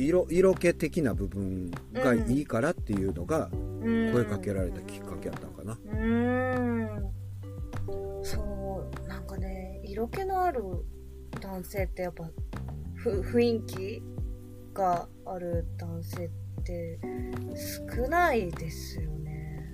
色気的な部分がいいからっていうのが声かけられたきっかけやったのかな。 そうなんかね、色気のある男性ってやっぱ雰囲気がある男性って少ないですよね。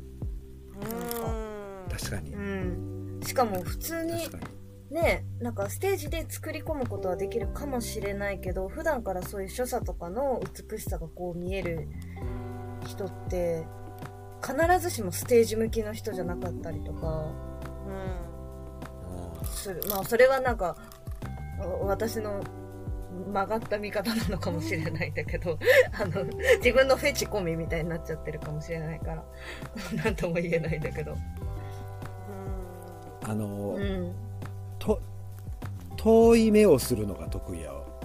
確かに、 しかも普通にね、なんかステージで作り込むことはできるかもしれないけど、普段からそういう所作とかの美しさがこう見える人って必ずしもステージ向きの人じゃなかったりとかする。まあそれはなんか私の曲がった見方なのかもしれないんだけど自分のフェチ込みみたいになっちゃってるかもしれないからなんとも言えないんだけど、 遠い目をするのが得意やわ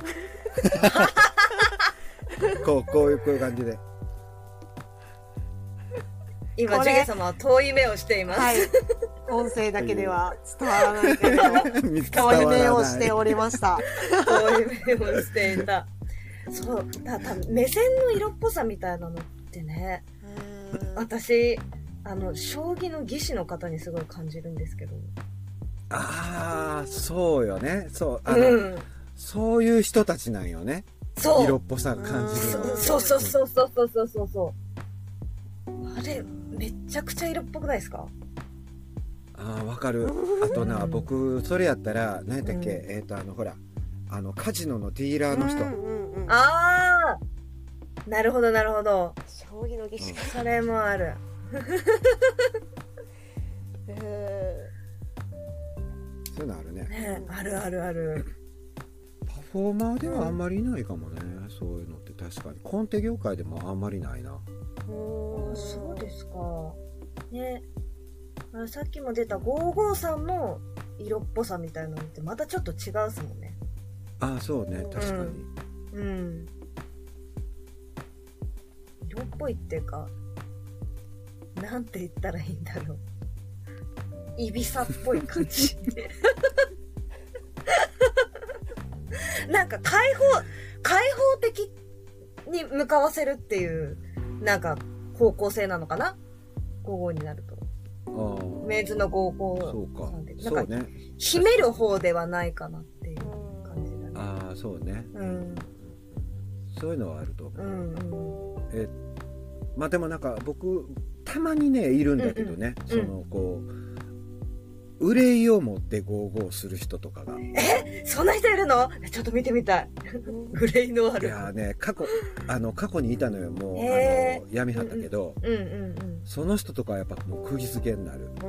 こういう感じで今ジュゲ様は遠い目をしています、はい、 音声だけでは伝わらないけれど遠い目をしておりました遠い目をしていた。そうだ、目線の色っぽさみたいなのってね、私将棋の棋士の方にすごい感じるんですけど。 ああ、そうよね。そうそういう人たちなんよね。そう色っぽさ感じるの。 そうあれめちゃくちゃ色っぽくないですか？ ああ、わかる。あとな、僕それやったら何やったっけ、ほらカジノのディーラーの人。 ああ、なるほどなるほど。 将棋の儀式、 それもある。 そういうのあるね。 ね、ある。 パフォーマーではあんまりいないかもね、そういうのって。確かにコンテ業界でもあんまりないな。 そうですかね。さっきも出た55さんの色っぽさみたいなのってまたちょっと違うっすもんね。 ああ、そうね、確かに。 色っぽいっていうか、なんて言ったらいいんだろう。いびさっぽい感じ。なんか開放的に向かわせるっていうなんか方向性なのかな、55になると。メンズの55。 そうか。 なんか、ね、秘める方ではないかなっていう感じだね。 ああ、そうね。そういうのはあると思う。まあでもなんか僕たまにねいるんだけどね、そのこう憂いを持って55する人とかが。 そんな人いるの？ちょっと見てみたい。憂いのある。 いやね、過去にいたのよ。もうやめはったけど、その人とかはやっぱもう釘付けになる。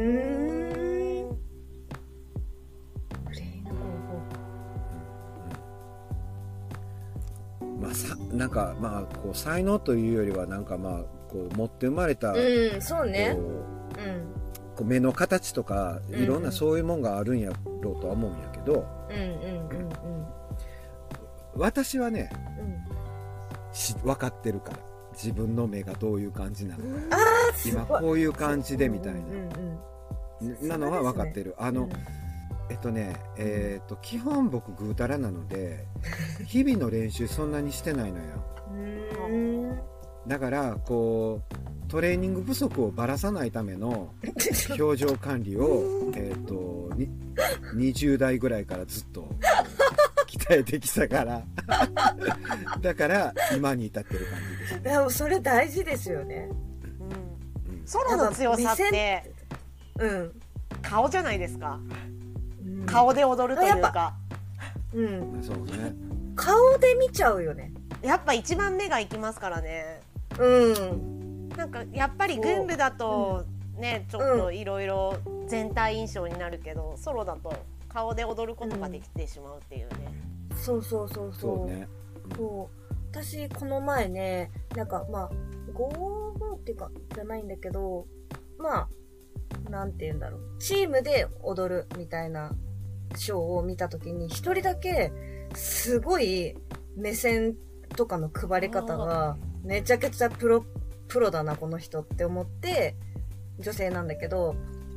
まあなんかまあこう才能というよりはなんかまあこう持って生まれた、 そうね。 こう目の形とかいろんなそういうもんがあるんやろうとは思うんやけど、私はね、分かってるから、自分の目がどういう感じなのか、今こういう感じでみたいなのは分かってる。基本僕ぐうたらなので日々の練習そんなにしてないのよ。だからこうトレーニング不足をばらさないための表情管理を20代ぐらいからずっと鍛えてきたからだから今に至ってる感じです、ね。 でもそれ大事ですよね。 ソロの強さって顔じゃないですか。顔で踊るというか、 そうね、 顔で見ちゃうよね。 やっぱ一番目がいきますからね。なんかやっぱり群舞だとね、ちょっといろいろ全体印象になるけど、ソロだと顔で踊ることができてしまうっていうね。 そうね。私この前ね、なんかまあ55っていうかじゃないんだけど、まあなんて言うんだろう、チームで踊るみたいなショーを見たときに一人だけすごい目線とかの配り方がめちゃくちゃプロだなこの人って思って、女性なんだけど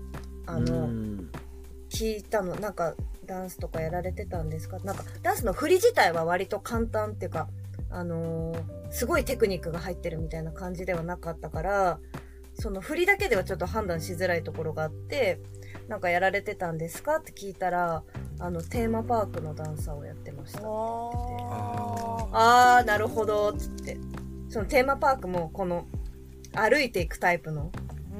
聞いたの。なんかダンスとかやられてたんですか？なんかダンスの振り自体は割と簡単っていうかすごいテクニックが入ってるみたいな感じではなかったから、その振りだけではちょっと判断しづらいところがあって、なんかやられてたんですかって聞いたら、テーマパークのダンサーをやってましたって言ってて、あー、なるほど、つって。そのテーマパークもこの、歩いていくタイプの、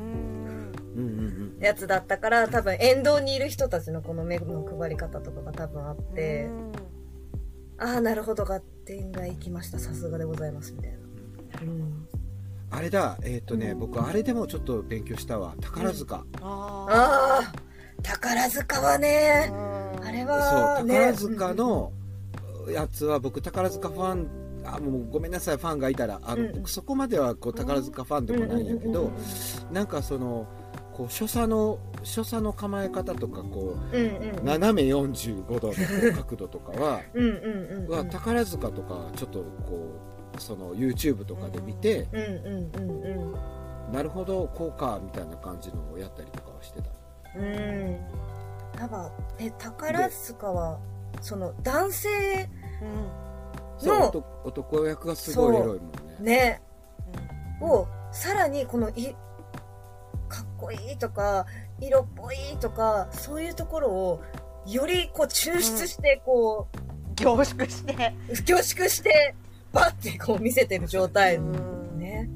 やつだったから、多分沿道にいる人たちのこの目の配り方とかが多分あって、あー、なるほど、合点がいきました。さすがでございます、みたいな。 あれだ、僕あれでもちょっと勉強したわ。宝塚。 あー、宝塚はね、あれはそう、宝塚のやつは僕宝塚ファン、もうごめんなさい、ファンがいたら僕そこまではこう宝塚ファンでもないんやけど、なんかそのこう所作の構え方とかこう、斜め45度の角度とかは宝塚とかちょっとこうその YouTube とかで見て、なるほどこうかみたいな感じのをやったりとかはしてた。 多分宝塚はその男性の男役がすごいエロいもんね。 をさらにこのかっこいいとか色っぽいとかそういうところをよりこう抽出してこう、 凝縮してバッてこう見せてる状態ね。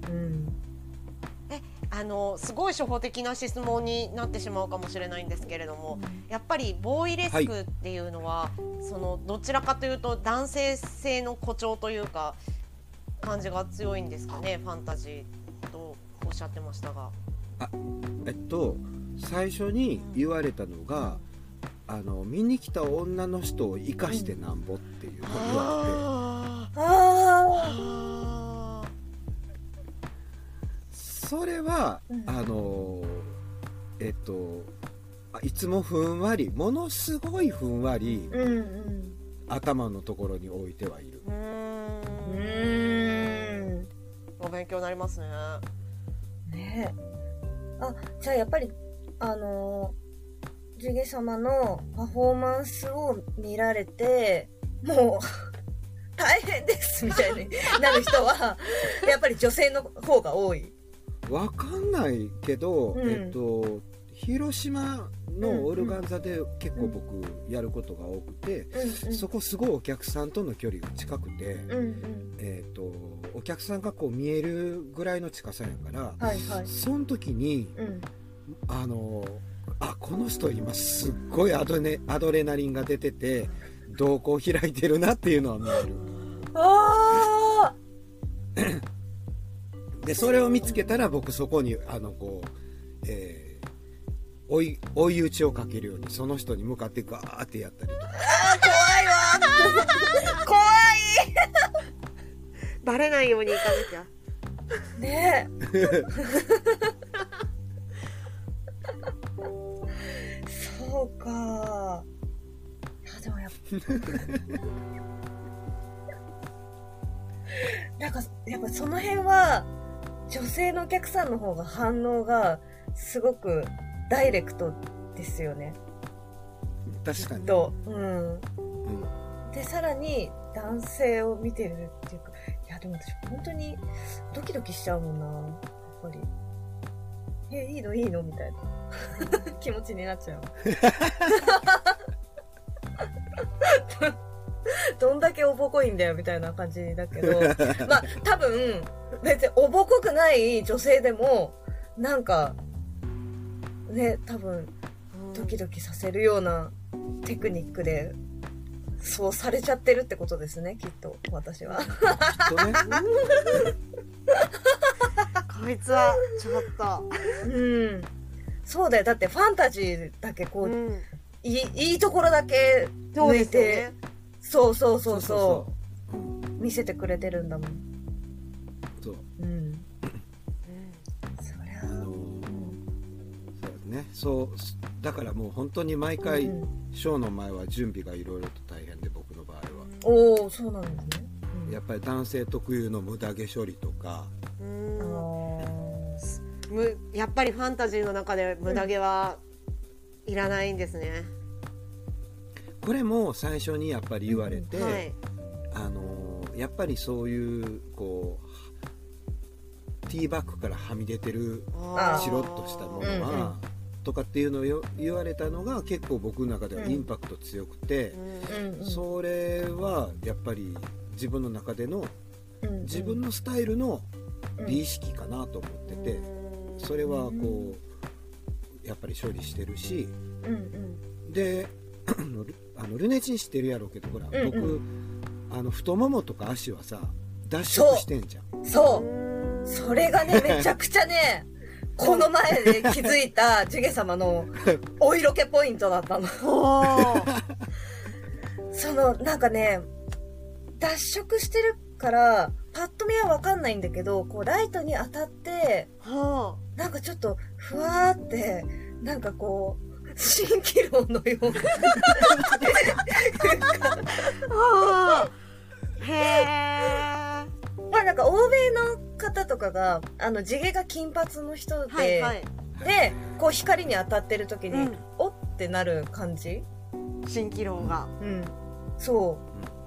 すごい初歩的な質問になってしまうかもしれないんですけれども、やっぱりボーイレスクっていうのは、そのどちらかというと男性性の誇張というか感じが強いんですかね。ファンタジーとおっしゃってましたが、 最初に言われたのが、見に来た女の人を生かしてなんぼっていうのがあって、それは、いつもふんわり、ものすごいふんわり、頭のところに置いてはいる。 お勉強になりますね。 じゃあやっぱりジュゲ様のパフォーマンスを見られてもう大変ですみたいになる人はやっぱり女性の方が多い。 わかんないけど、広島のオルガン座で結構僕やることが多くて、そこすごいお客さんとの距離が近くて、お客さんがこう見えるぐらいの近さやから、その時に、この人今すっごいアドレナリンが出てて瞳孔開いてるなっていうのは見える。でそれを見つけたら僕そこに追い打ちをかけるようにその人に向かってガーってやったりとか。 怖いわ怖いバレないようにいかなきゃねえそうか。いやでもやっぱやっぱその辺は女性のお客さんの方が反応がすごくダイレクトですよね。 確かに。 でさらに男性を見てるっていうか、いやでも私本当にドキドキしちゃうもんな、やっぱり。いいのみたいな気持ちになっちゃう。どんだけおぼこいんだよみたいな感じだけど、まあ多分別におぼこくない女性でもなんかね、多分ドキドキさせるようなテクニックでそうされちゃってるってことですね、きっと私は。 こいつはちょっとそうだよ。だってファンタジーだけこう、いいところだけ抜いて、そう見せてくれてるんだもん。 そう。 そりゃそうね。そうだからもう本当に毎回ショーの前は準備がいろいろと大変で、僕の場合は。 おお、そうなんですね。 やっぱり男性特有の無駄毛処理とか。 やっぱりファンタジーの中で無駄毛はいらないんですね。 これも最初にやっぱり言われて、 やっぱりそういうこうティーバッグからはみ出てるチロッとしたものはとかっていうのを言われたのが結構僕の中ではインパクト強くて、それはやっぱり自分の中での自分のスタイルの美意識かなと思ってて、それはこうやっぱり処理してるし、でルネチン知ってるやろうけど、ほら、僕太ももとか足はさ脱色してんじゃん。 そうそれがねめちゃくちゃねこの前で気づいたジュゲ様のお色気ポイントだったのそのなんかね脱色してるからパッと見は分かんないんだけど、こうライトに当たって、なんかちょっとふわーってなんかこう蜃気楼のようなへー。 まあなんか欧米の方とかが地毛が金髪の人で、でこう光に当たってる時に、おってなる感じ、 蜃気楼が、 そう、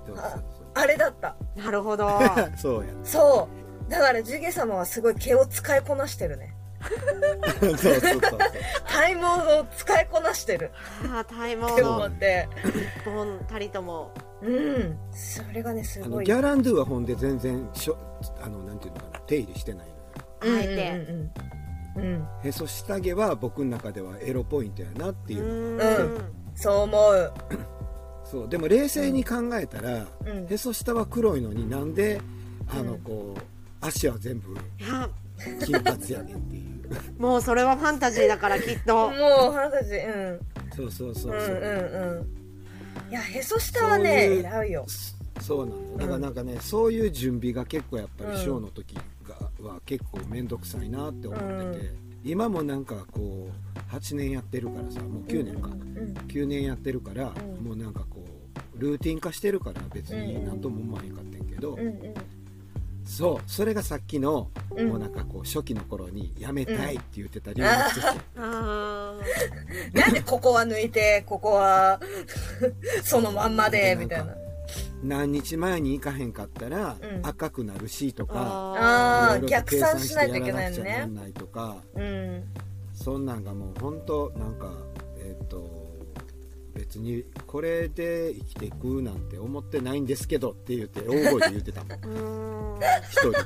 あれだった。 なるほどそうや。 そうだからジュゲ様はすごい毛を使いこなしてるねそう体毛を使いこなしてる。 体毛って思って一本たりとも、 それがねすごい。 ギャランドゥはほんで全然なんていうのかな、手入れしてないのよ。 あえて、 へそ下毛は僕の中ではエロポイントやなっていう。 そう思う。 そうでも冷静に考えたら、へそ下は黒いのになんでこう足は全部金髪やねんっていうもうそれはファンタジーだからきっともうファンタジー。 そういやへそ下はね偉いよ。 そうなの。だからなんかね、そういう準備が結構やっぱりショーの時は結構面倒くさいなって思ってて、今もなんかこう8年やってるからさ、もう9年か、9年やってるから、もうなんかこうルーティン化してるから別に何とも思わへんかったんけど、それがさっきの、もうなんかこう初期の頃にやめたいって言ってた理由の一つ。 なんでここは抜いてここはそのまんまでみたいな。 何日前に行かへんかったら赤くなるしとか、 逆算しないといけないのね。 なんないとか、そんなんがもう本当なんか別にこれで生きていくなんて思ってないんですけどって言って大声で言ってたもん一人で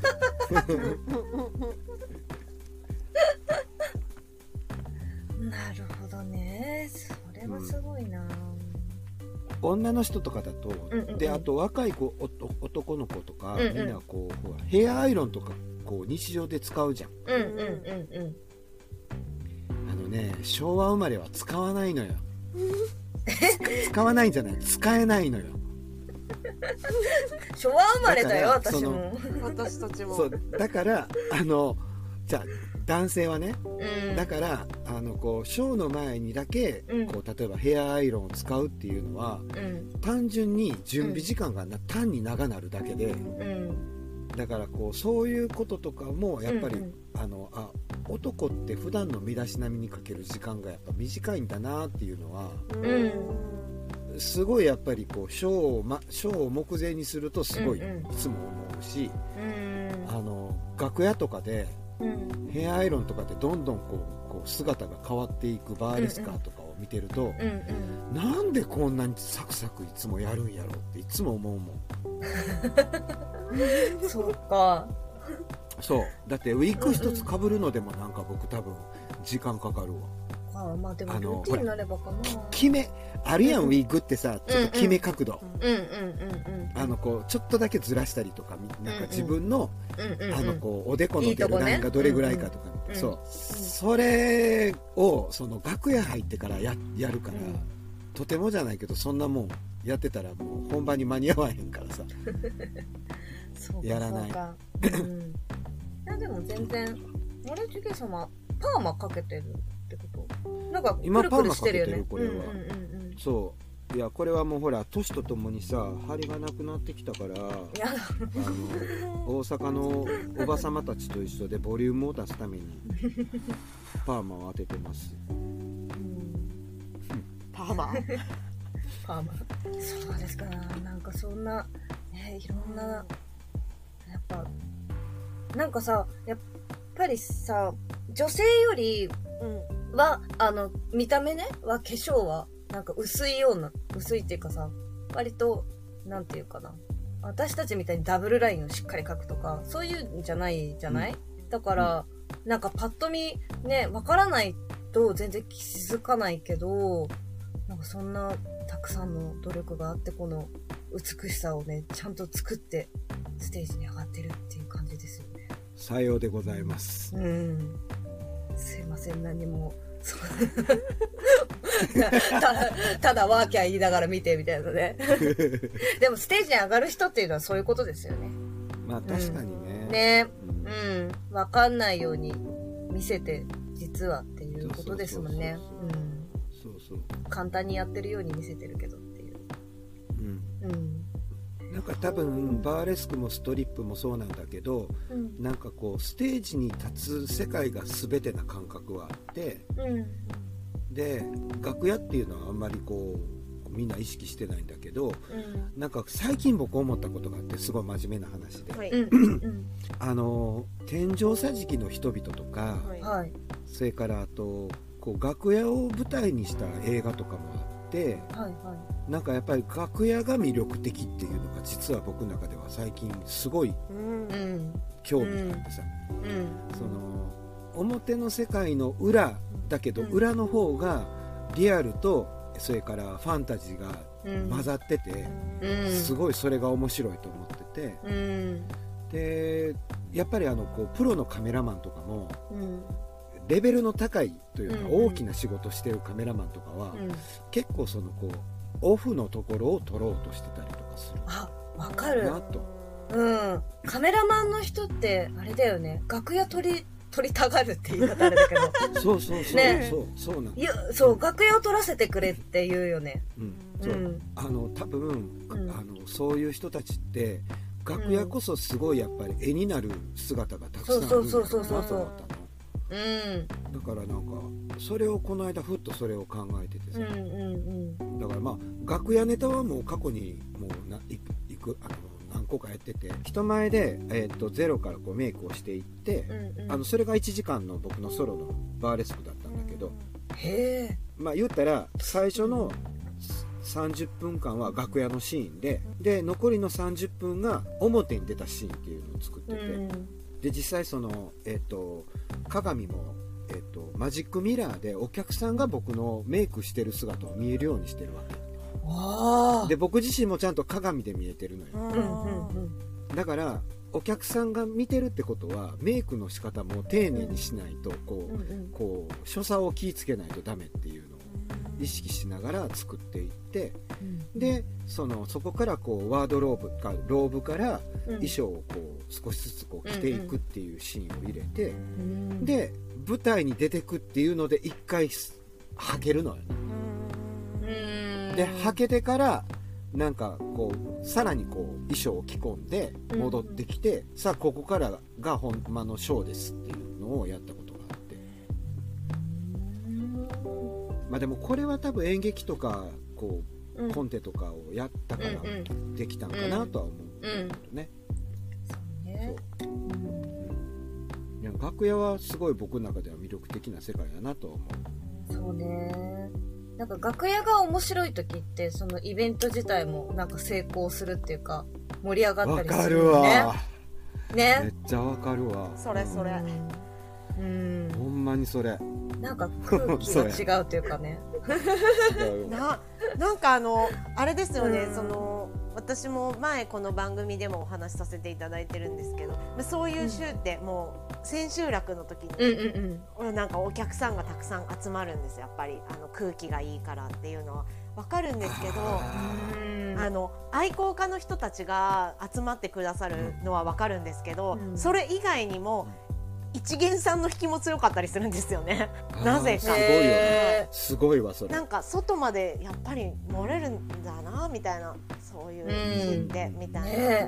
なるほどね。それはすごいな。 女の人とかだと、であと若い子男の子とか、みんなこうヘアアイロンとかこう日常で使うじゃん。昭和生まれは使わないのよ使わないんじゃない、使えないのよ。 昭和生まれだよ私も。 私たちも。 そうだからじゃあ男性はね、だからこうショーの前にだけ、こう例えばヘアアイロンを使うっていうのは、単純に準備時間が単に長なるだけで、だからこうそういうこととかもやっぱり、男って普段の身だしなみにかける時間がやっぱ短いんだなっていうのは、すごいやっぱりこうショーを目前にするとすごいいつも思うし、楽屋とかでヘアアイロンとかでどんどんこう姿が変わっていくバーレスカーとかを見てると、なんでこんなにサクサクいつもやるんやろっていつも思うもんそうか。 そうだってウィッグ一つ被るのでもなんか僕多分時間かかるわ。 まあでもルーティンになればかな。 決めあるやん、ウィッグってさちょっと決め角度こうちょっとだけずらしたりとか、なんか自分のこうおでこの出るラインがどれぐらいかとか、それをその楽屋入ってからやるから、とてもじゃないけどそんなもんやってたらもう本番に間に合わへんからさやらない。いやでも全然あれジュゲ様パーマかけてるってこと？なんか今くるくるしてるよね。 これは、そういやこれはもうほら年とともにさ張りがなくなってきたから大阪のおばさまたちと一緒でボリュームを出すためにパーマを当ててます。 パーマそうですか。なんかそんないろんな、やっぱなんかさ、やっぱりさ、女性よりは、見た目ねは化粧はなんか薄いっていうかさ、割となんていうかな、私たちみたいにダブルラインをしっかり描くとかそういうんじゃないじゃない、だから、なんかパッと見ねわからないと全然気づかないけど、なんかそんなたくさんの努力があってこの美しさをねちゃんと作ってステージに上がってるっていう感じですよね。 さようでございます。 すいません、何もただワーキャー言いながら見てみたいなねでもステージに上がる人っていうのはそういうことですよね。 まあ確かにね、 分かんないように見せて実はっていうことですもんね。簡単にやってるように見せてるけどっていう、 なんか多分バーレスクもストリップもそうなんだけど、なんかこうステージに立つ世界が全てな感覚はあって、で楽屋っていうのはあんまりこうみんな意識してないんだけど、なんか最近僕思ったことがあって、すごい真面目な話で、天井桟敷の人々とか、それからあとこう楽屋を舞台にした映画とかもあって、なんかやっぱり楽屋が魅力的っていうのが実は僕の中では最近すごい興味があってさ、その表の世界の裏だけど、裏の方がリアルとそれからファンタジーが混ざってて、すごいそれが面白いと思ってて、でやっぱりこうプロのカメラマンとかも、レベルの高いというか大きな仕事してるカメラマンとかは、結構そのこうオフのところを撮ろうとしてたりとかする。 わかるなと。 カメラマンの人ってあれだよね、楽屋撮りたがるって言い方あれだけどそうね、 そうなんいや、そう、楽屋を撮らせてくれって言うよね。 多分そういう人たちって楽屋こそすごいやっぱり絵になる姿がたくさんあるんだろうなと思ったの。だからなんかそれをこの間ふっとそれを考えててさ、だからまあ楽屋ネタはもう過去にもう何個かやってて、人前で、ゼロからこうメイクをしていって、それが1時間の僕のソロのバーレスクだったんだけど、まあ言ったら最初の30分間は楽屋のシーンで残りの30分が表に出たシーンっていうのを作ってて、で実際その、鏡も、マジックミラーでお客さんが僕のメイクしてる姿を見えるようにしてるわけで、僕自身もちゃんと鏡で見えてるのよ。だからお客さんが見てるってことはメイクの仕方も丁寧にしないと、こう所作を気ぃつけないとダメっていうのを意識しながら作っていって、でそこからこうワードローブから衣装をこう少しずつこう着ていくっていうシーンを入れて、で舞台に出てくっていうので一回はけるのよね。ではけてからなんかこうさらにこう衣装を着込んで戻ってきて、さあここからが本間のショーですっていうのをやったことがあって、まあでもこれは多分演劇とかこうコンテとかをやったからできたんかなとは思うんだけどね。いや楽屋はすごい僕の中では魅力的な世界だなと思う。 そうね。なんか楽屋が面白い時ってそのイベント自体もなんか成功するっていうか盛り上がったりするよね。 わかるわ。ね。めっちゃわかるわ。 それ。 ほんまにそれ。 なんか空気が違うというかね。 なんかあれですよね、私も前この番組でもお話しさせていただいてるんですけど、そういう週ってもう千秋楽の時に、なんかお客さんがたくさん集まるんですよ。やっぱり空気がいいからっていうのは分かるんですけど、愛好家の人たちが集まってくださるのは分かるんですけど、それ以外にも一元さんの引きも強かったりするんですよね。なぜか。 すごいよね。すごいわそれ。 なんか外までやっぱり漏れるんだなみたいな、そういうシーンってみたいな、不思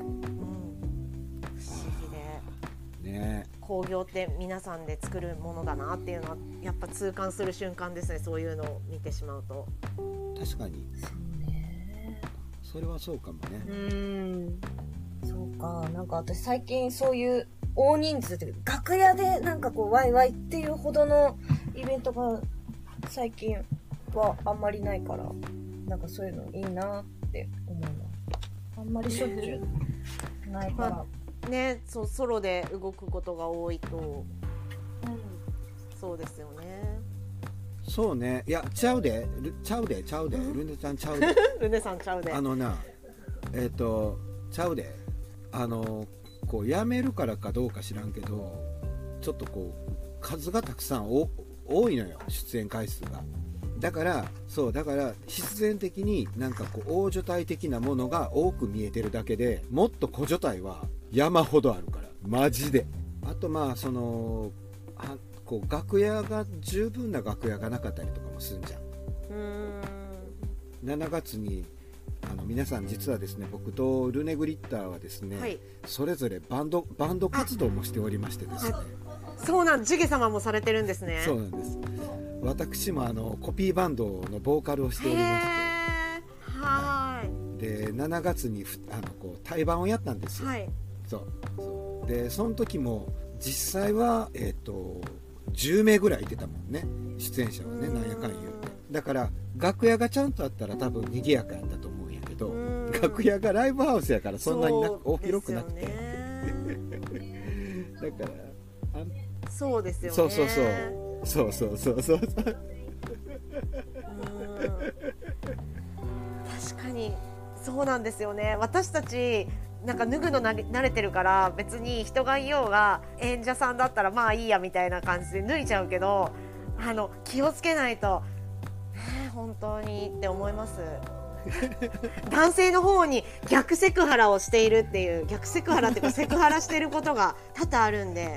議で、ね、興行って皆さんで作るものだなっていうのはやっぱ痛感する瞬間ですね。そういうのを見てしまうと。 確かに。 それはそうかもね。 そうか。なんか私最近そういう大人数で楽屋でなんかこうワイワイっていうほどのイベントが最近はあんまりないから、なんかそういうのいいなって思うな。あんまりしょっちゅうないから、 ね、そうソロで動くことが多いと、そうですよね。 そうね。いや、ちゃうでルネちゃうでルネさんちゃうでなちゃうでこう辞めるからかどうか知らんけど、ちょっとこう数がたくさん多いのよ、出演回数が。だから必然的になんかこう大所帯的なものが多く見えてるだけで、もっと小所帯は山ほどあるから、マジで。あとまあこう楽屋が十分な楽屋がなかったりとかもするんじゃん。7月に皆さん実はですね、僕とルネグリッターはですね、はい、それぞれバンド活動もしておりましてですね。 そうなん、ジュゲ様もされてるんですね。 そうなんです。私もコピーバンドのボーカルをしておりまして、はい、で7月にこう対バンをやったんですよ、はい、そうでその時も実際は10名ぐらいいてたもんね、出演者はね、なんやかん言うて。だから楽屋がちゃんとあったら多分賑やかやったと思うんやけど、楽屋がライブハウスやからそんなに広くなくてだからそうですよね。 そう確かにそうなんですよね。私たちなんか脱ぐの慣れてるから、別に人がいようが演者さんだったらまあいいやみたいな感じで脱いちゃうけど、気をつけないと、本当にって思います男性の方に逆セクハラをしているっていう、逆セクハラっていうかセクハラしてることが多々あるんで、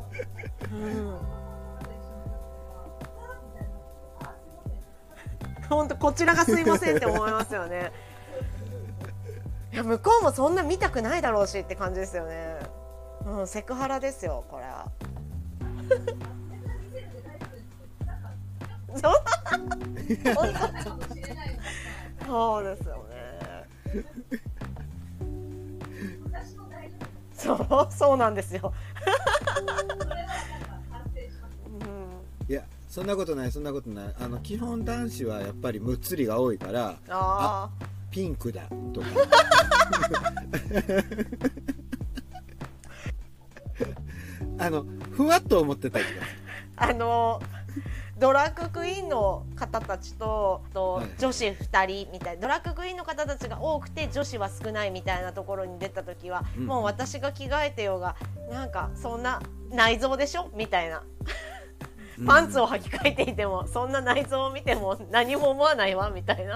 本当こちらがすいませんって思いますよね。いや向こうもそんな見たくないだろうしって感じですよね。セクハラですよこれは。そうですよね。そうなんですよ。 いやそんなことない。基本男子はやっぱりむっつりが多いから、ピンクだとかふわっと思ってたりとか、 ドラッグクイーンの方たちと女子2人みたいな、ドラッグクイーンの方たちが多くて女子は少ないみたいなところに出た時は、もう私が着替えてようがなんかそんな内臓でしょみたいなパンツを履き替えていてもそんな内臓を見ても何も思わないわみたいな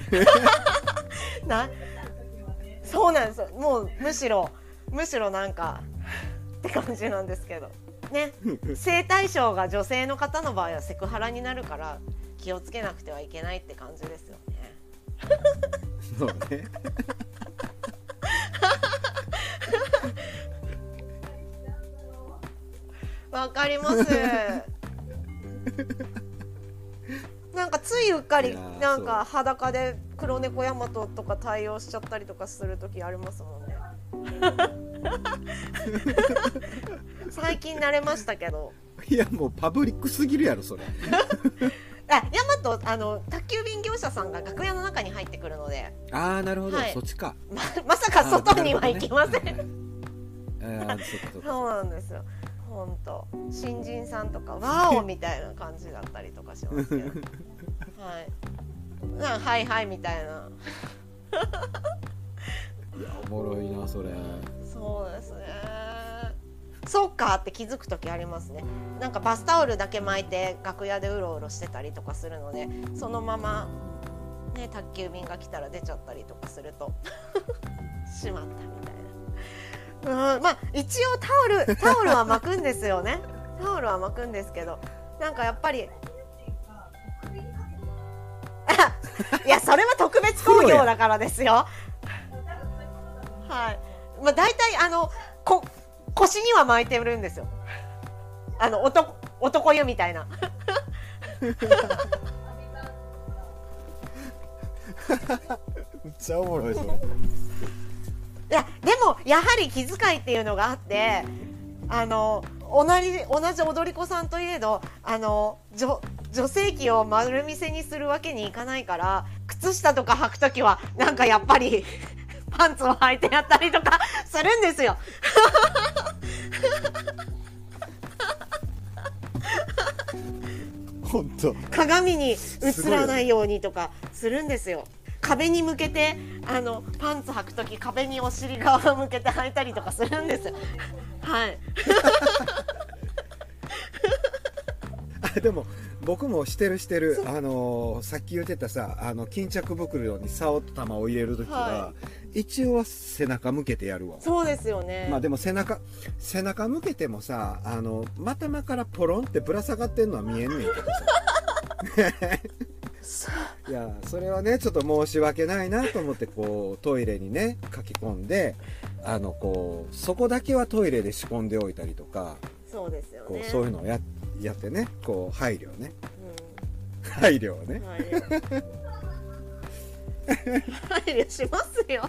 そうなんですよ。もうむしろなんかって感じなんですけどね。性対象が女性の方の場合はセクハラになるから気をつけなくてはいけないって感じですよね。 そうね。 わかります。なんかついうっかりなんか裸で黒猫ヤマトとか対応しちゃったりとかする時ありますもんね。最近慣れましたけど。 いやもうパブリックすぎるやろそれ。 ヤマト宅急便業者さんが楽屋の中に入ってくるので。 ああなるほど、はい、そっちか。 まさか外には行きません。そうなんですよ。本当新人さんとかワオみたいな感じだったりとかしますけど、はいはいみたいな。 いやおもろいなそれ。 そうですね。そうかって気づく時ありますね。なんかバスタオルだけ巻いて楽屋でうろうろしてたりとかするので、そのままね宅急便が来たら出ちゃったりとかするとしまったみたいな。まあ一応タオルは巻くんですよね。タオルは巻くんですけど、なんかやっぱりいやそれは特別工業だからですよ。はい。まあ大体腰には巻いてるんですよ。男湯みたいな。 めっちゃおもろいそれ。 いやでもやはり気遣いっていうのがあって、同じ踊り子さんといえど女性器を丸見せにするわけにいかないから、靴下とか履くときはなんかやっぱりパンツを履いてやったりとかするんですよ。 本当。 鏡に映らないようにとかするんですよ。壁に向けてパンツ履くとき壁にお尻側を向けて履いたりとかするんですよ。はい。 でも僕もしてるさっき言ってたさ巾着袋に竿と玉を入れるときは、一応は背中向けてやるわ。 そうですよね。 まあでも背中向けてもさ股からポロンってぶら下がってんのは見えんねんけどさいやそれはねちょっと申し訳ないなと思ってこうトイレにね書き込んでこうそこだけはトイレで仕込んでおいたりとか、 そうですよね。 こうそういうのをやってねこう配慮ね、配慮をね配慮しますよ。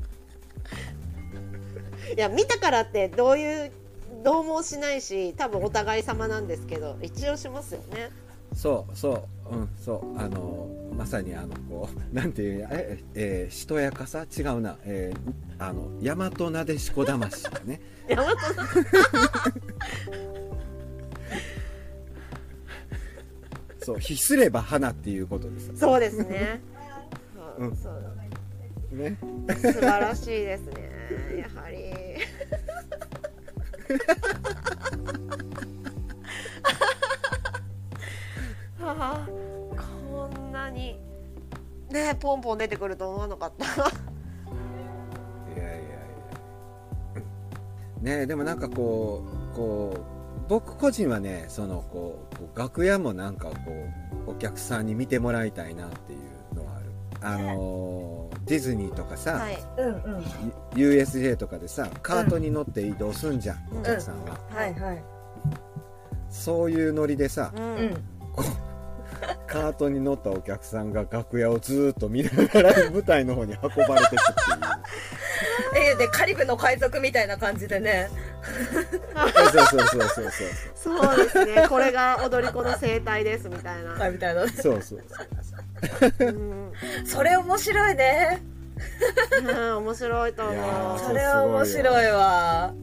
いや見たからってどうもしないし、多分お互い様なんですけど一応しますよね。 そうまさにこうなんていうしとやかさ違うな大和なでしこ魂だね。 大和なそうひすれば花っていうことです。 そうですね。 そうね。 素晴らしいですね。やはり。はあ、こんなにねポンポン出てくると思わなかった。 いやねでもなんかこう僕個人はねこう楽屋もなんかこうお客さんに見てもらいたいなっていうのはある。ディズニーとかさ、 はい、 USJ とかでさカートに乗って移動すんじゃん、お客さんは、 はいはい。 そういうノリでさ、こうカートに乗ったお客さんが楽屋をずーっと見ながら舞台の方に運ばれてくっていうでカリブの海賊みたいな感じでね。 そうですね。これが踊り子の生態ですみたいな。 みたいな。 そうそれ面白いね。 面白いと思う。 それは面白いわ。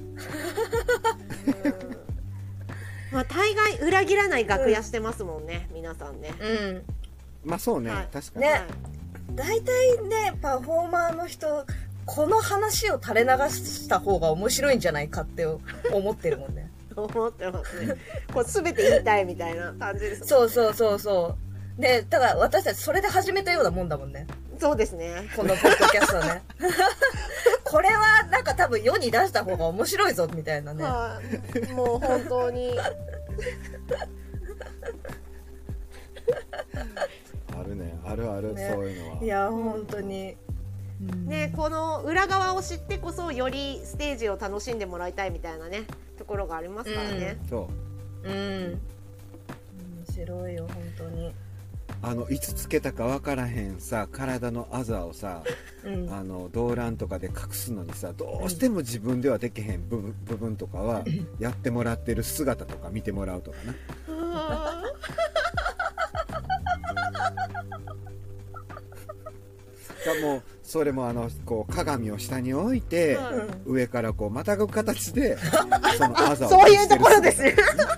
まあ大概裏切らない楽屋してますもんね、皆さんね。 まあそうね、確かにね。大体ねパフォーマーの人この話を垂れ流した方が面白いんじゃないかって思ってるもんね。 思ってますね。こう全て言いたいみたいな感じです、ね。 そう。ね、だから私たちそれで始めたようなもんだもんね。 そうですね。 このポッドキャストね。これはなんか多分世に出した方が面白いぞみたいなね。 もう本当に。 あるね、ある、ね、そういうのは。 いや本当に。 ね、この裏側を知ってこそよりステージを楽しんでもらいたいみたいなねところがありますからね。 面白いよ本当に。 いつつけたか分からへんさ体のあざをさ、動乱とかで隠すのにさどうしても自分ではできへん部分とかはやってもらってる姿とか見てもらうとかな。もうそれもこう鏡を下に置いて、上からこうまたぐ形でそのあざをそういうところですね。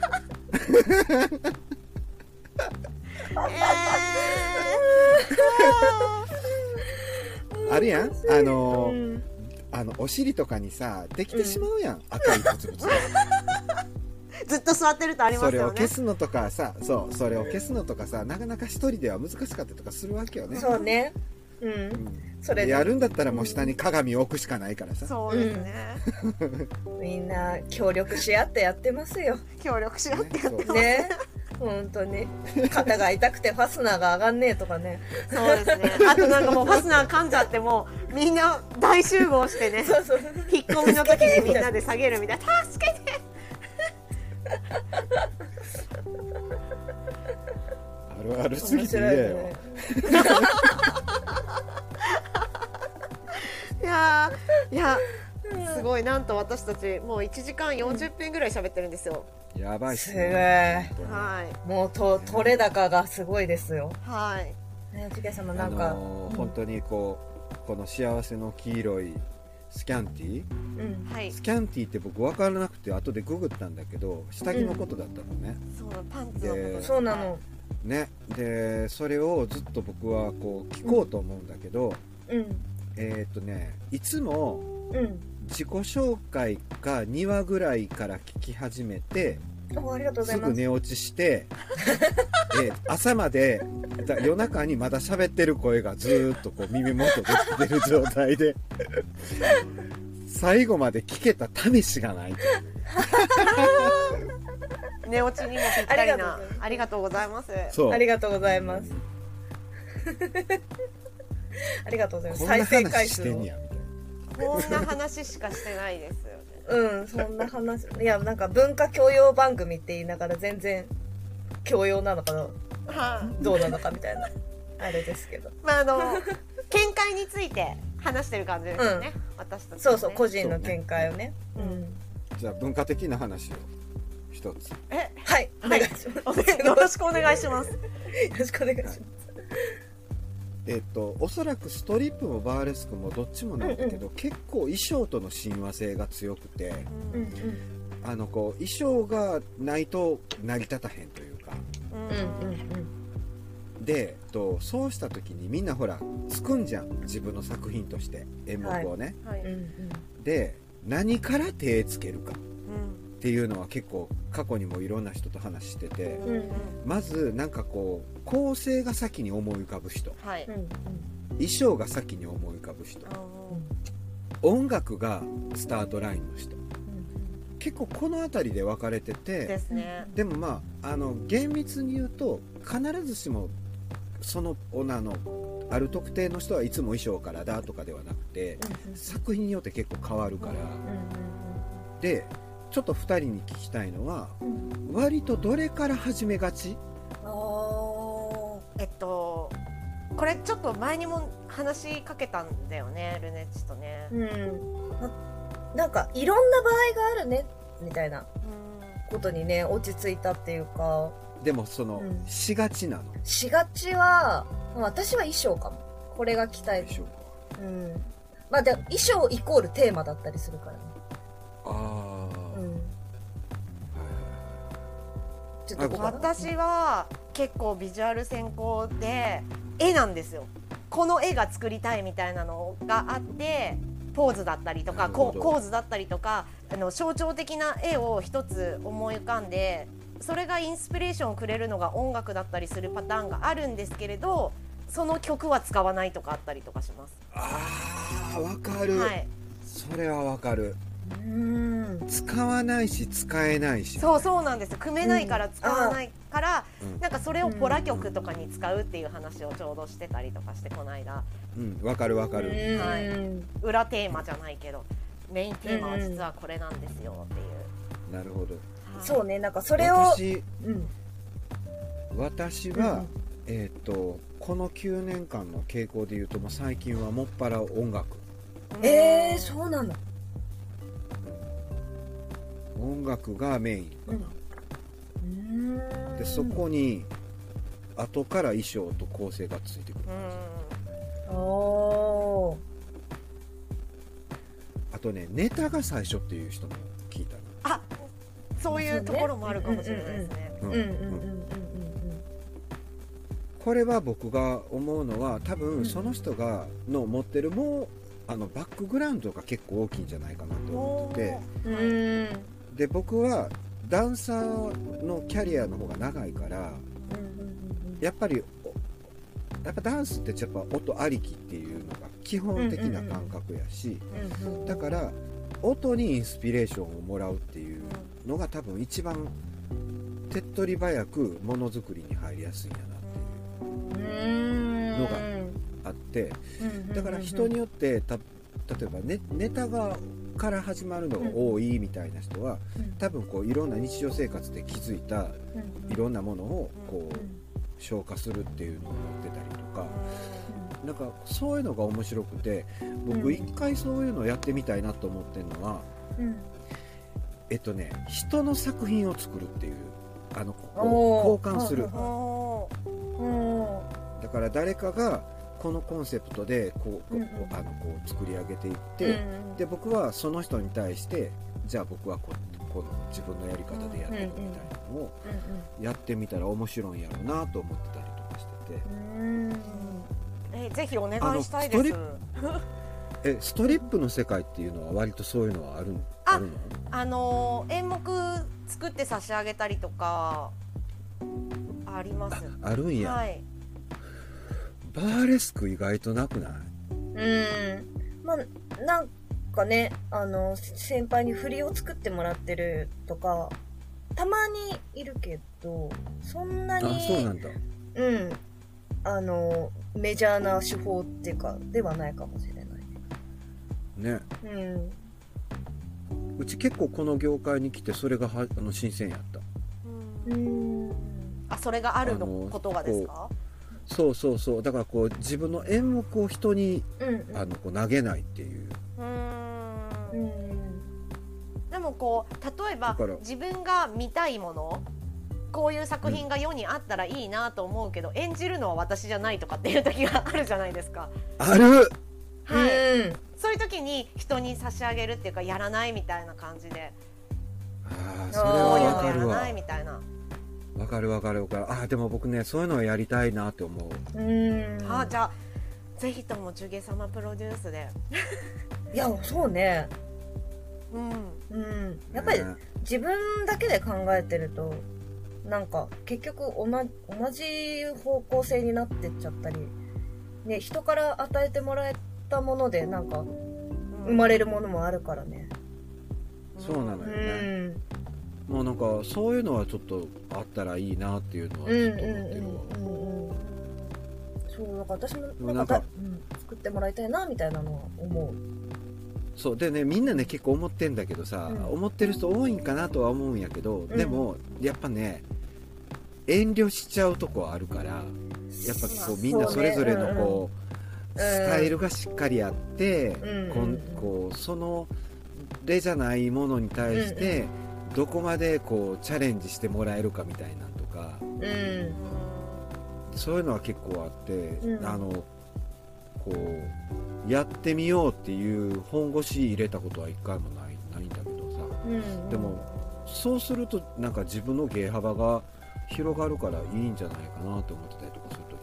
あるやんお尻とかにさできてしまうやん、赤いブツブツがずっと座ってるとありますよね。 それを消すのとかさそれを消すのとかさなかなか一人では難しかったりとかするわけよね。 そうね。 それやるんだったらもう下に鏡を置くしかないからさ。 そうですね。 みんな協力し合ってやってますよ。 協力し合ってやってますね。本当に肩が痛くてファスナーが上がんねえとかね。 そうですね。あとなんかもうファスナー噛んじゃってもみんな大集合してね。引っ込みの時にみんなで下げるみたいな。助けて。 あるすぎて嫌よ。 やすごい、なんと私たちもう1時間40分ぐらい喋ってるんですよ。 やばいっすすごい。 ね。 はいもう取れ高がすごいですよ。 はいね、ジュケ様なんか、 本当にこの幸せの黄色いスキャンティー、 はい、 スキャンティーって僕分からなくて後でググったんだけど、下着のことだったのね。 そうパンツのことです。 そうなの。 ね、でそれをずっと僕はこう聞こうと思うんだけど、いつも自己紹介か2話ぐらいから聞き始めて、 ありがとうございます。 すぐ寝落ちして朝まで夜中にまだ喋ってる声がずーっとこう耳元で出てる状態で最後まで聞けた試しがないと寝落ちにもぴったりな、ありがとうございます。 そう、 ありがとうございますありがとうございます。 こんな再生回話し数をてんやみたいな。 こんな話しかしてないですよね。 そんな話。いや、なんか文化教養番組って言いながら全然教養なのかな、どうなのかみたいなあれですけど、 まあ見解について話してる感じですよね、私たち、ね、 そうそう、個人の見解をね。 じゃあ文化的な話を一つ。 はい、お願いします。 よろしくお願いします。 よろしくお願いします。 おそらくストリップもバーレスクもどっちもなんだけど、結構衣装との親和性が強くて、こう衣装がないと成り立たへんというか、でそうした時にみんなほら作んじゃん、自分の作品として演目をね、で何から手つけるかっていうのは結構過去にもいろんな人と話してて、まずなんかこう構成が先に思い浮かぶ人、衣装が先に思い浮かぶ人、音楽がスタートラインの人、結構この辺りで分かれててですね。 でもまあ厳密に言うと必ずしもそのある特定の人はいつも衣装からだとかではなくて、作品によって結構変わるから、でちょっと2人に聞きたいのは、割とどれから始めがち？ これちょっと前にも話しかけたんだよね、ルネッチとね。 なんかいろんな場合があるねみたいなことにね落ち着いたっていうか。 でもしがちなの？ しがちは私は衣装かも。これが着たい。 衣装か。 まあで衣装イコールテーマだったりするからね。 私は結構ビジュアル先行で絵なんですよ。この絵が作りたいみたいなのがあって、ポーズだったりとか構図だったりとか象徴的な絵を一つ思い浮かんで、それがインスピレーションをくれるのが音楽だったりするパターンがあるんですけれど、その曲は使わないとかあったりとかします。 わかる、それはわかる。使わないし使えないし、 そうなんですよ。組めないから使わないから、なんかそれをポラ曲とかに使うっていう話をちょうどしてたりとかして、この間。 わかるわかる。 裏テーマじゃないけどメインテーマは実はこれなんですよっていう。 なるほど。 そうね、なんかそれを私はこの9年間の傾向でいうと、もう最近はもっぱら音楽。 そうなの。 音楽がメインかな。でそこに後から衣装と構成がついてくる感じ。あとね、ネタが最初っていう人も聞いたな。 そういうところもあるかもしれないですね。 これは僕が思うのは、多分その人がの持ってるバックグラウンドが結構大きいんじゃないかなと思ってて、で僕はダンサーのキャリアの方が長いから、やっぱダンスってやっぱ音ありきっていうのが基本的な感覚やし、だから音にインスピレーションをもらうっていうのが多分一番手っ取り早くものづくりに入りやすいんやなっていうのがあって、だから人によって例えばネタから始まるのが多いみたいな人は、多分こういろんな日常生活で気づいたいろんなものをこう消化するっていうのを持ってたりとか、 なんかそういうのが面白くて、僕一回そういうのやってみたいなと思ってるのは、人の作品を作るっていう、交換する。だから誰かがこのコンセプトでこう作り上げていって、で僕はその人に対してじゃあ僕はこの自分のやり方でやっていくみたいなのをやってみたら面白いんやろうなと思ってたりとかしてて、 ぜひお願いしたいです。 ストリップの世界っていうのは割とそういうのはあるの？演目作って差し上げたりとかあります。 あるんや。 はい。 バーレスク意外となくない？ まあなんかね、先輩に振りを作ってもらってるとかたまにいるけど、そんなにそうなんだ。 メジャーな手法っていうかではないかもしれないね。うち結構この業界に来てそれが新鮮やった。 それがあることがですか？ そうだからこう自分の演目を人に、こう投げないっていう。 でもこう例えば自分が見たいもの、こういう作品が世にあったらいいなと思うけど、演じるのは私じゃないとかっていう時があるじゃないですか。 ある。 はい。そういう時に人に差し上げるっていうか、やらないみたいな感じで。 それはわかるわ。 やらないみたいな。 わかる。でも僕ね、そういうのはやりたいなって思う。 じゃあぜひともジュゲ様プロデュースで。 いや、そうね。やっぱり自分だけで考えてるとなんか結局同じ方向性になってっちゃったりね、人から与えてもらえたものでなんか生まれるものもあるからね。 そうなのよね。もうなんかそういうのはちょっとあったらいいなっていうのはちょっと思ってるわ。 そうだから私もなんか作ってもらいたいなみたいなのは思う。 そうでね、みんなね結構思ってんだけどさ、思ってる人多いんかなとは思うんやけど、でもやっぱね遠慮しちゃうとこあるから、やっぱこうみんなそれぞれのこうスタイルがしっかりあって、こうその例じゃないものに対してどこまでこうチャレンジしてもらえるかみたいなとか、そういうのは結構あって、こうやってみようっていう本腰入れたことは一回もないんだけどさ、でもそうするとなんか自分の芸幅が広がるからいいんじゃないかなと思ってたりとかするとき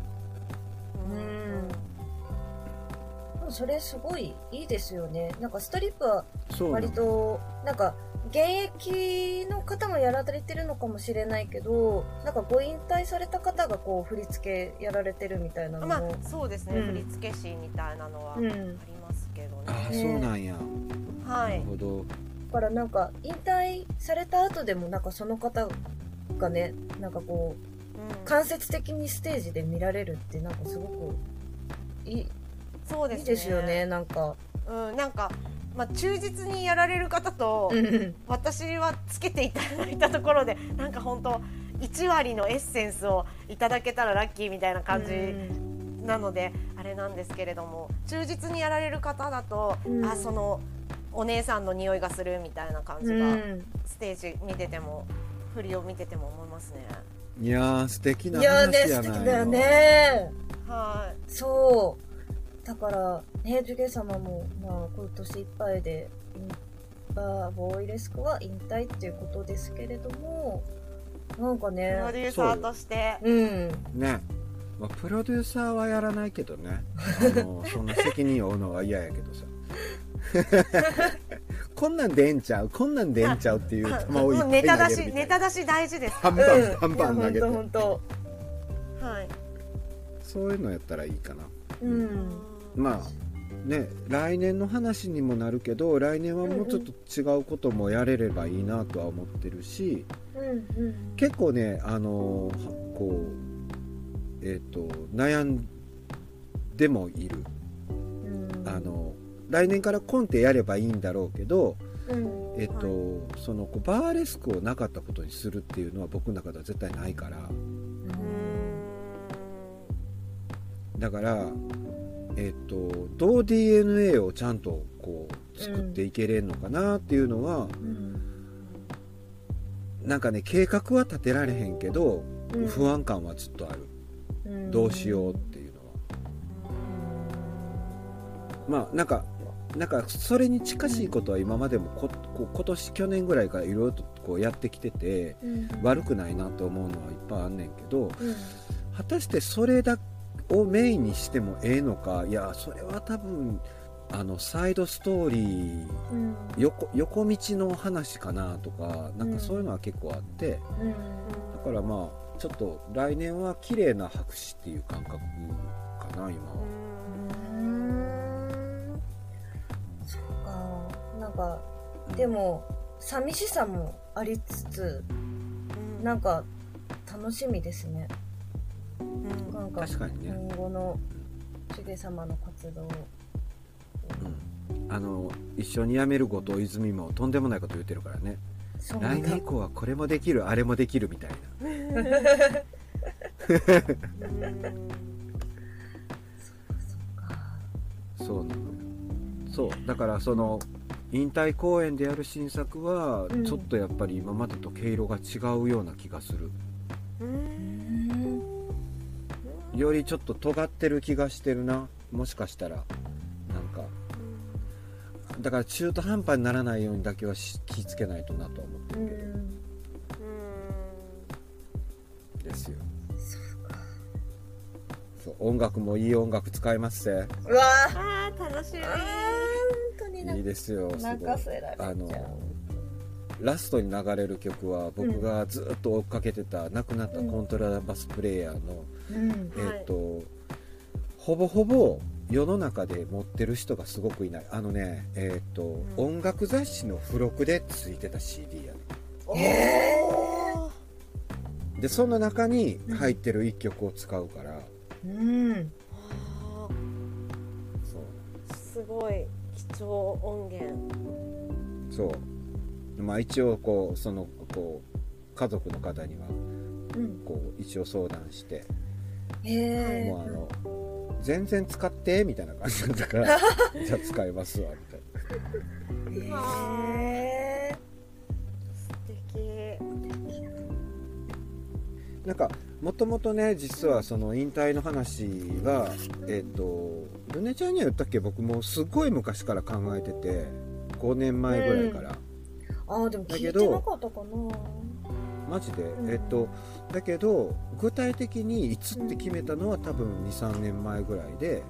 はそれすごいいいですよね。なんかストリップは割となんか現役の方もやられてるのかもしれないけど、なんかご引退された方がこう振り付けやられてるみたいなのも、 そうですね、振り付け師みたいなのはありますけどね。 そうなんや。 なるほど。だからなんか引退された後でもなんかその方がね、なんかこう、間接的にステージで見られるってなんかすごくいいですよね。なんかなんか忠実にやられる方と、私はつけていただいたところでなんか本当1割のエッセンスをいただけたらラッキーみたいな感じなので、あれなんですけれども、忠実にやられる方だと、そのお姉さんの匂いがするみたいな感じが、ステージ見てても振りを見てても思いますね。 いやー素敵な話やないの。 素敵だよね。 そうだからね、ジュゲ様も今年いっぱいでボーイレスクは引退っていうことですけれども、なんかねプロデューサーとしてね、プロデューサーはやらないけどね、そんな責任を負うのは嫌やけどさこんなんでええんちゃうっていう球をいっぱい投げるみたいな。 ネタ出し大事です。 バンバン投げて、そういうのやったらいいかな。まあね、来年の話にもなるけど、来年はもうちょっと違うこともやれればいいなとは思ってるし、結構ねこう悩んでもいる。来年からコンテやればいいんだろうけど、そのバーレスクをなかったことにするっていうのは僕の中では絶対ないから。 だからどう DNA をちゃんとこう作っていけれんのかなっていうのは、なんかね計画は立てられへんけど、不安感はずっとある、どうしようっていうのは、まあなんかそれに近しいことは今までも今年去年ぐらいからいろいろとこうやってきてて、悪くないなと思うのはいっぱいあんねんけど、果たしてそれをメインにしてもええのか、いやそれは多分サイドストーリー、横道の話かなとか、なんかそういうのは結構あって、だからまあちょっと来年は綺麗な白紙っていう感覚かな今は。 そうか、なんかでも寂しさもありつつ、なんか楽しみですね。なんか確かにね、 今後のしげ様の活動、 一緒に辞める後藤泉もとんでもないこと言ってるからね。来年以降はこれもできるあれもできるみたいなそうなのよ。そうだからその引退公演でやる新作はちょっとやっぱり今までと毛色が違うような気がする、よりちょっと尖ってる気がしてるな、もしかしたら。なんかだから中途半端にならないようにだけは気ぃつけないとなとは思ってるけど、ですよ。そう音楽もいい音楽使いますぜ。 うわあー楽しみ。 本当にいいですよ。 泣かせられちゃう。 ラストに流れる曲は僕がずっと追っかけてた亡くなったコントラバスプレイヤーの、ほぼほぼ世の中で持ってる人がすごくいない、音楽雑誌の付録でついてた CD やね、でその中に入ってる1曲を使うから、そうすごい貴重音源。 そうまあ一応こう家族の方にはこう一応相談して、もう全然使ってみたいな感じだったからじゃあ使いますわみたいな。 素敵。 なんかもともとね実はその引退の話はルネちゃんには言ったっけ、僕もすごい昔から考えてて5年前ぐらいから、 でも聞いてなかったかなマジで、だけど具体的にいつって決めたのは多分 2,3 年前ぐらいで、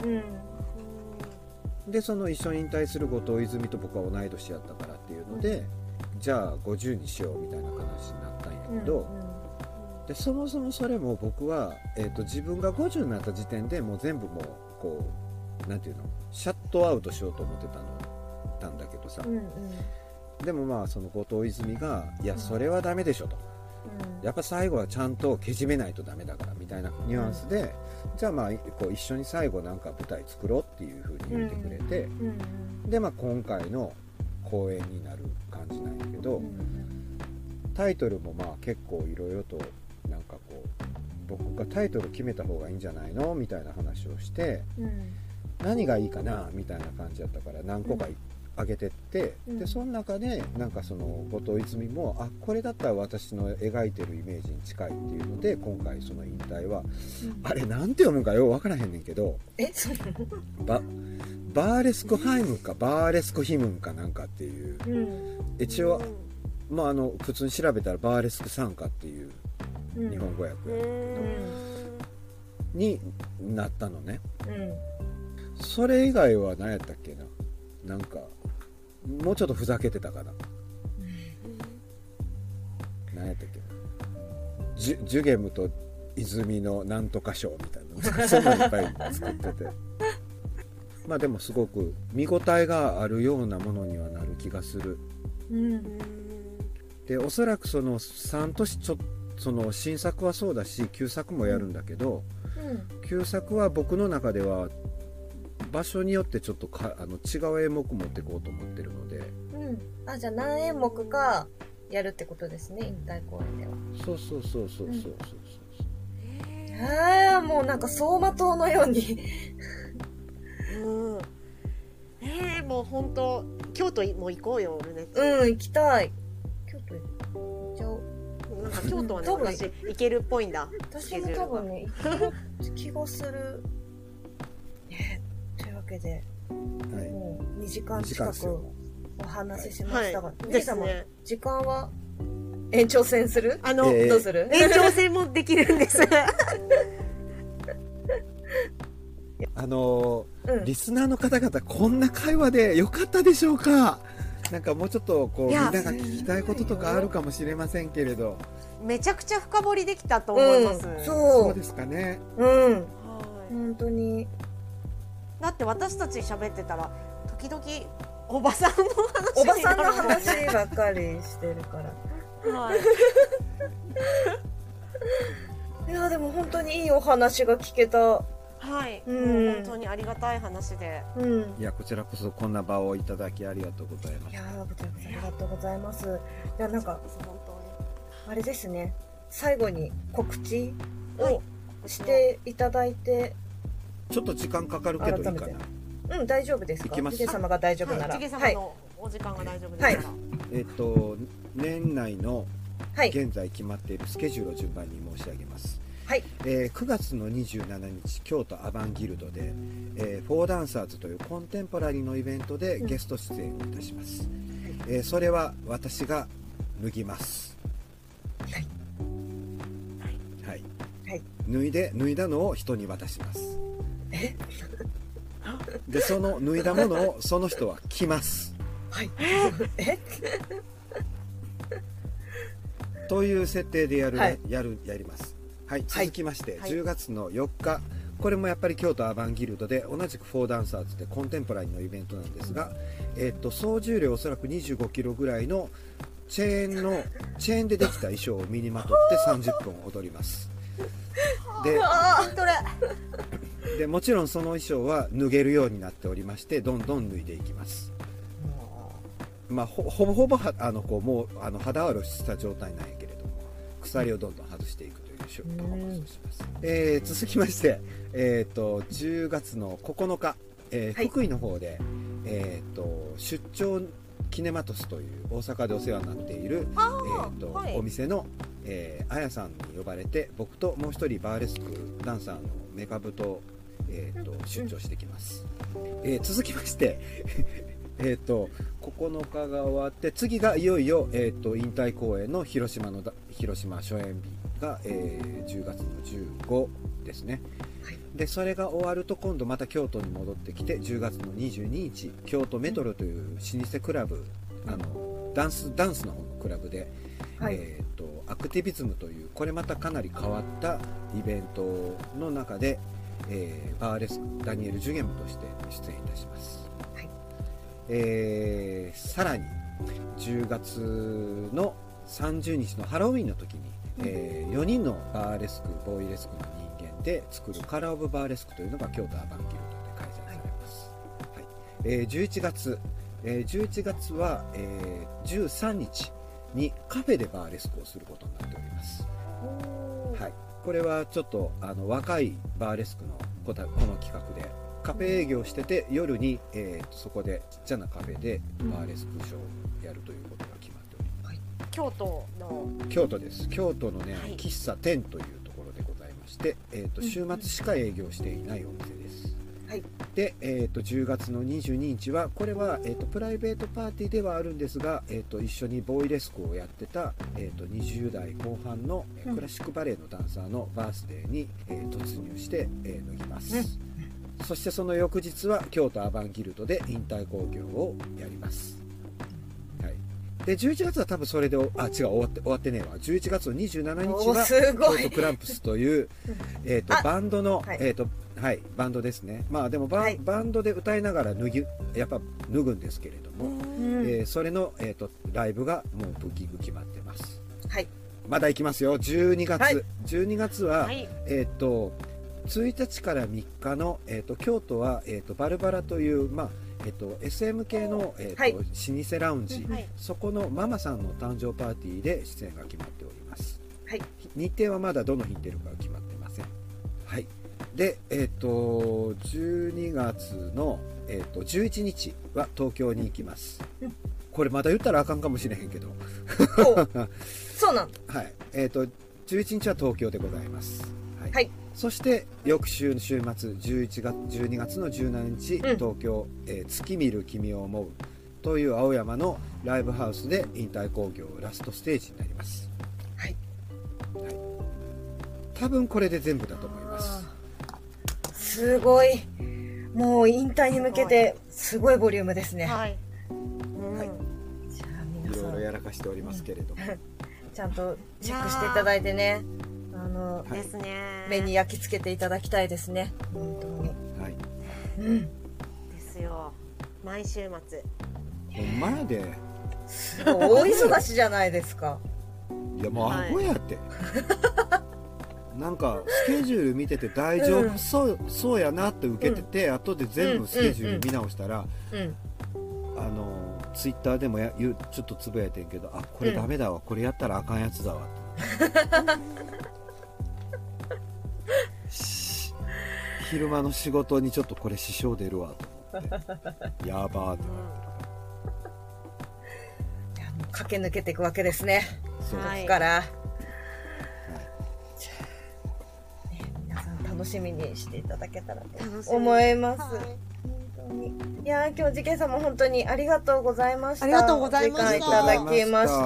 でその一緒に引退する後藤泉と僕は同い年やったからっていうので、じゃあ50にしようみたいな話になったんやけど、でそもそもそれも僕は、自分が50になった時点でもう全部もうこうなんていうのシャットアウトしようと思ってたんだけどさ、でもまあその後藤泉がいやそれはダメでしょと、やっぱ最後はちゃんとけじめないとダメだからみたいなニュアンスで、じゃあまあこう一緒に最後なんか舞台作ろうっていう風に言ってくれて、でまあ今回の公演になる感じなんやけど、タイトルもまあ結構いろいろとなんかこう僕がタイトル決めた方がいいんじゃないのみたいな話をして、何がいいかなみたいな感じだったから何個か上げてって、でその中でなんかその後藤泉もこれだったら私の描いてるイメージに近いっていうので、今回その引退は、あれなんて読むかよう分からへんねんけど、 そうなの？ バーレスクハイムかバーレスクヒムンかなんかっていう、一応まあ普通に調べたらバーレスク参加っていう日本語訳になったのね、それ以外は何やったっけな、なんかもうちょっとふざけてたかな、何やったっけな、ジュゲムと泉のなんとか賞みたいなそんなのいっぱい作っててまあでもすごく見応えがあるようなものにはなる気がする、でおそらくその3都市その新作はそうだし旧作もやるんだけど、旧作は僕の中では場所によってちょっと違う演目持っていこうと思ってるので、 じゃあ何演目かやるってことですね、引退公演では。 そうもうなんか走馬灯のようにうん。もう本当京都も行こうよ、ルネッチ。 行きたい。京都行っちゃおう。 なんか京都はね、 多分私行けるっぽいんだ。 私も多分ね、行ける気がする。というわけで、もう2時間近くお話ししましたが、姉様、時間は延長戦する？どうする？ 延長戦もできるんです。 リスナーの方々、こんな会話でよかったでしょうか？なんかもうちょっとこうみんなが聞きたいこととかあるかもしれませんけれど、 めちゃくちゃ深掘りできたと思います。 そうですかね。 本当に。 だって私たち喋ってたら時々おばさんの話ばっかりしてるから。はい。いやでも本当にいいお話が聞けた。 はい、もう本当にありがたい話で、 いやこちらこそこんな場をいただきありがとうございます。 いやこちらこそありがとうございます。いやなんか本当にあれですね、最後に告知をしていただいて、 ちょっと時間かかるけどいいかな。 大丈夫ですか？ジゲ様が大丈夫なら。 ジゲ様のお時間が大丈夫ですから。 年内の現在決まっているスケジュールを順番に申し上げます。9月の27日京都アバンギルドで、フォーダンサーズというコンテンポラリーのイベントでゲスト出演をいたします。それは私が脱ぎます。はい、脱いだのを人に渡します。でその脱いだものをその人は着ます。という設定でやります。続きまして、10月の4日、これもやっぱり京都アバンギルドで同じくフォーダンサーズでコンテンポラリーのイベントなんですが、総重量おそらく25キロぐらいのチェーンでできた衣装を身にまとって30分踊ります。でもちろんその衣装は脱げるようになっておりまして、どんどん脱いでいきます。ほぼもう肌荒れした状態なんやけれども、鎖をどんどん外していくというパフォーマンスをします。続きまして、10月の9日、福井の方で、出張キネマトスという大阪でお世話になっている、お店の、あやさんに呼ばれて、僕ともう一人バーレスクダンサーのメカブと、出張してきます。続きまして9日が終わって、次がいよいよ、引退公演の広島初演日が、10月の15ですね。でそれが終わると今度また京都に戻ってきて、10月の22日京都メトロという老舗クラブ、ダンスの方のクラブで、アクティビズムというこれまたかなり変わったイベントの中で、バーレスクダニエル・ジュゲムとして出演いたします。さらに10月の30日のハロウィンの時に、4人のバーレスクボーイレスクの人間で作るカラー・オブ・バーレスクというのが京都アバンギルドで開催されます。11月は、13日にカフェでバーレスクをすることになっております。これはちょっと若いバーレスクのこの企画でカフェ営業してて、夜に、そこでちっちゃなカフェでバーレスクショーをやるということが決まっております。京都です。京都のね、喫茶店というところでございまして、週末しか営業していないお店です。で、10月の22日はこれは、プライベートパーティーではあるんですが、一緒にボーイレスクをやってた、20代後半のクラシックバレエのダンサーのバースデーに、突入して、脱ぎます。そしてその翌日は京都アバンギルドで引退興行をやります。で11月は多分それで終わってねえわ。11月の27日は京都クランプスというバンドのバンドですね。でもバンドで歌いながらやっぱ脱ぐんですけれども、それのライブがもうブッキング決まってます。まだ行きますよ。12月は1日から3日の、京都は、バルバラという、SM 系の、老舗ラウンジ、そこのママさんの誕生パーティーで出演が決まっております。日程はまだどの日に出るかは決まってません。 で12月の、11日は東京に行きます、これまだ言ったらあかんかもしれへんけどそうなんはい、11日は東京でございます。はい。 はい、そして翌週週末12月の17日、東京、月見る君を思うという青山のライブハウスで引退興行ラストステージになります。はい。はい、多分これで全部だと思います。 すごい。もう引退に向けてすごいボリュームですね。はい。 はい。じゃあ皆さんいろいろやらかしておりますけれども。 ちゃんとチェックしていただいてね、 ですね、 目に焼き付けていただきたいですね。本当に。 はい。 ですよ。毎週末。 ほんまやで。 すごい大忙しじゃないですか。 いやもうアホやって。なんかスケジュール見てて大丈夫そうやなって受けてて、後で全部スケジュール見直したら、ツイッターでもちょっとつぶやいてんけど、あ、これダメだわ、これやったらあかんやつだわ昼間の仕事にちょっとこれ支障出るわと思ってやばーってなって、 駆け抜けていくわけですね。 そうですから、皆さん楽しみにしていただけたらと思います。いや今日ジケ様本当にありがとうございました。 ありがとうございました。 時間いただきまして、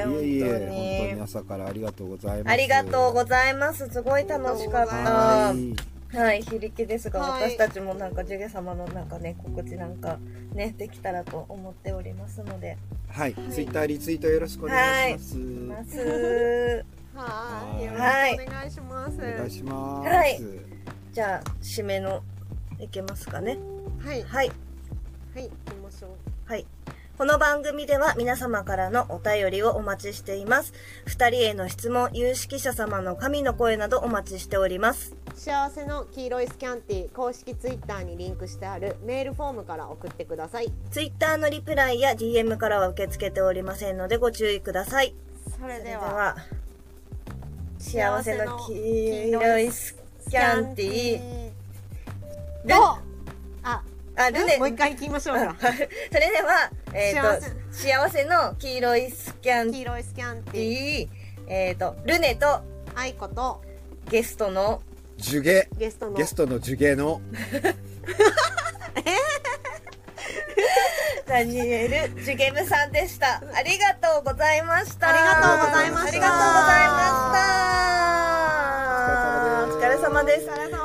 いえいえ、本当に朝からありがとうございます。 ありがとうございます。すごい楽しかった。はい、非力ですが、私たちもなんかジュゲ様のなんかね告知なんかねできたらと思っておりますので、 はい、ツイッターリツイートよろしくお願いします。 はい、よろしくお願いします。 お願いします。 はい、じゃあ締めのいけますかね。 はいはいはい、行きましょう。 はい。この番組では皆様からのお便りをお待ちしています。二人への質問、有識者様の神の声などお待ちしております。 幸せの黄色いスキャンティ公式ツイッターにリンクしてあるメールフォームから送ってください。 ツイッターのリプライや DM からは受け付けておりませんのでご注意ください。 それでは幸せの黄色いスキャンティルネもう一回聞きましょうか。 それでは、幸せの黄色いスキャンティルネとアイコとゲストのジュゲのジュゲのダニエル・ジュゲムさんでした。ありがとうございました。 ありがとうございました。 お疲れ様です。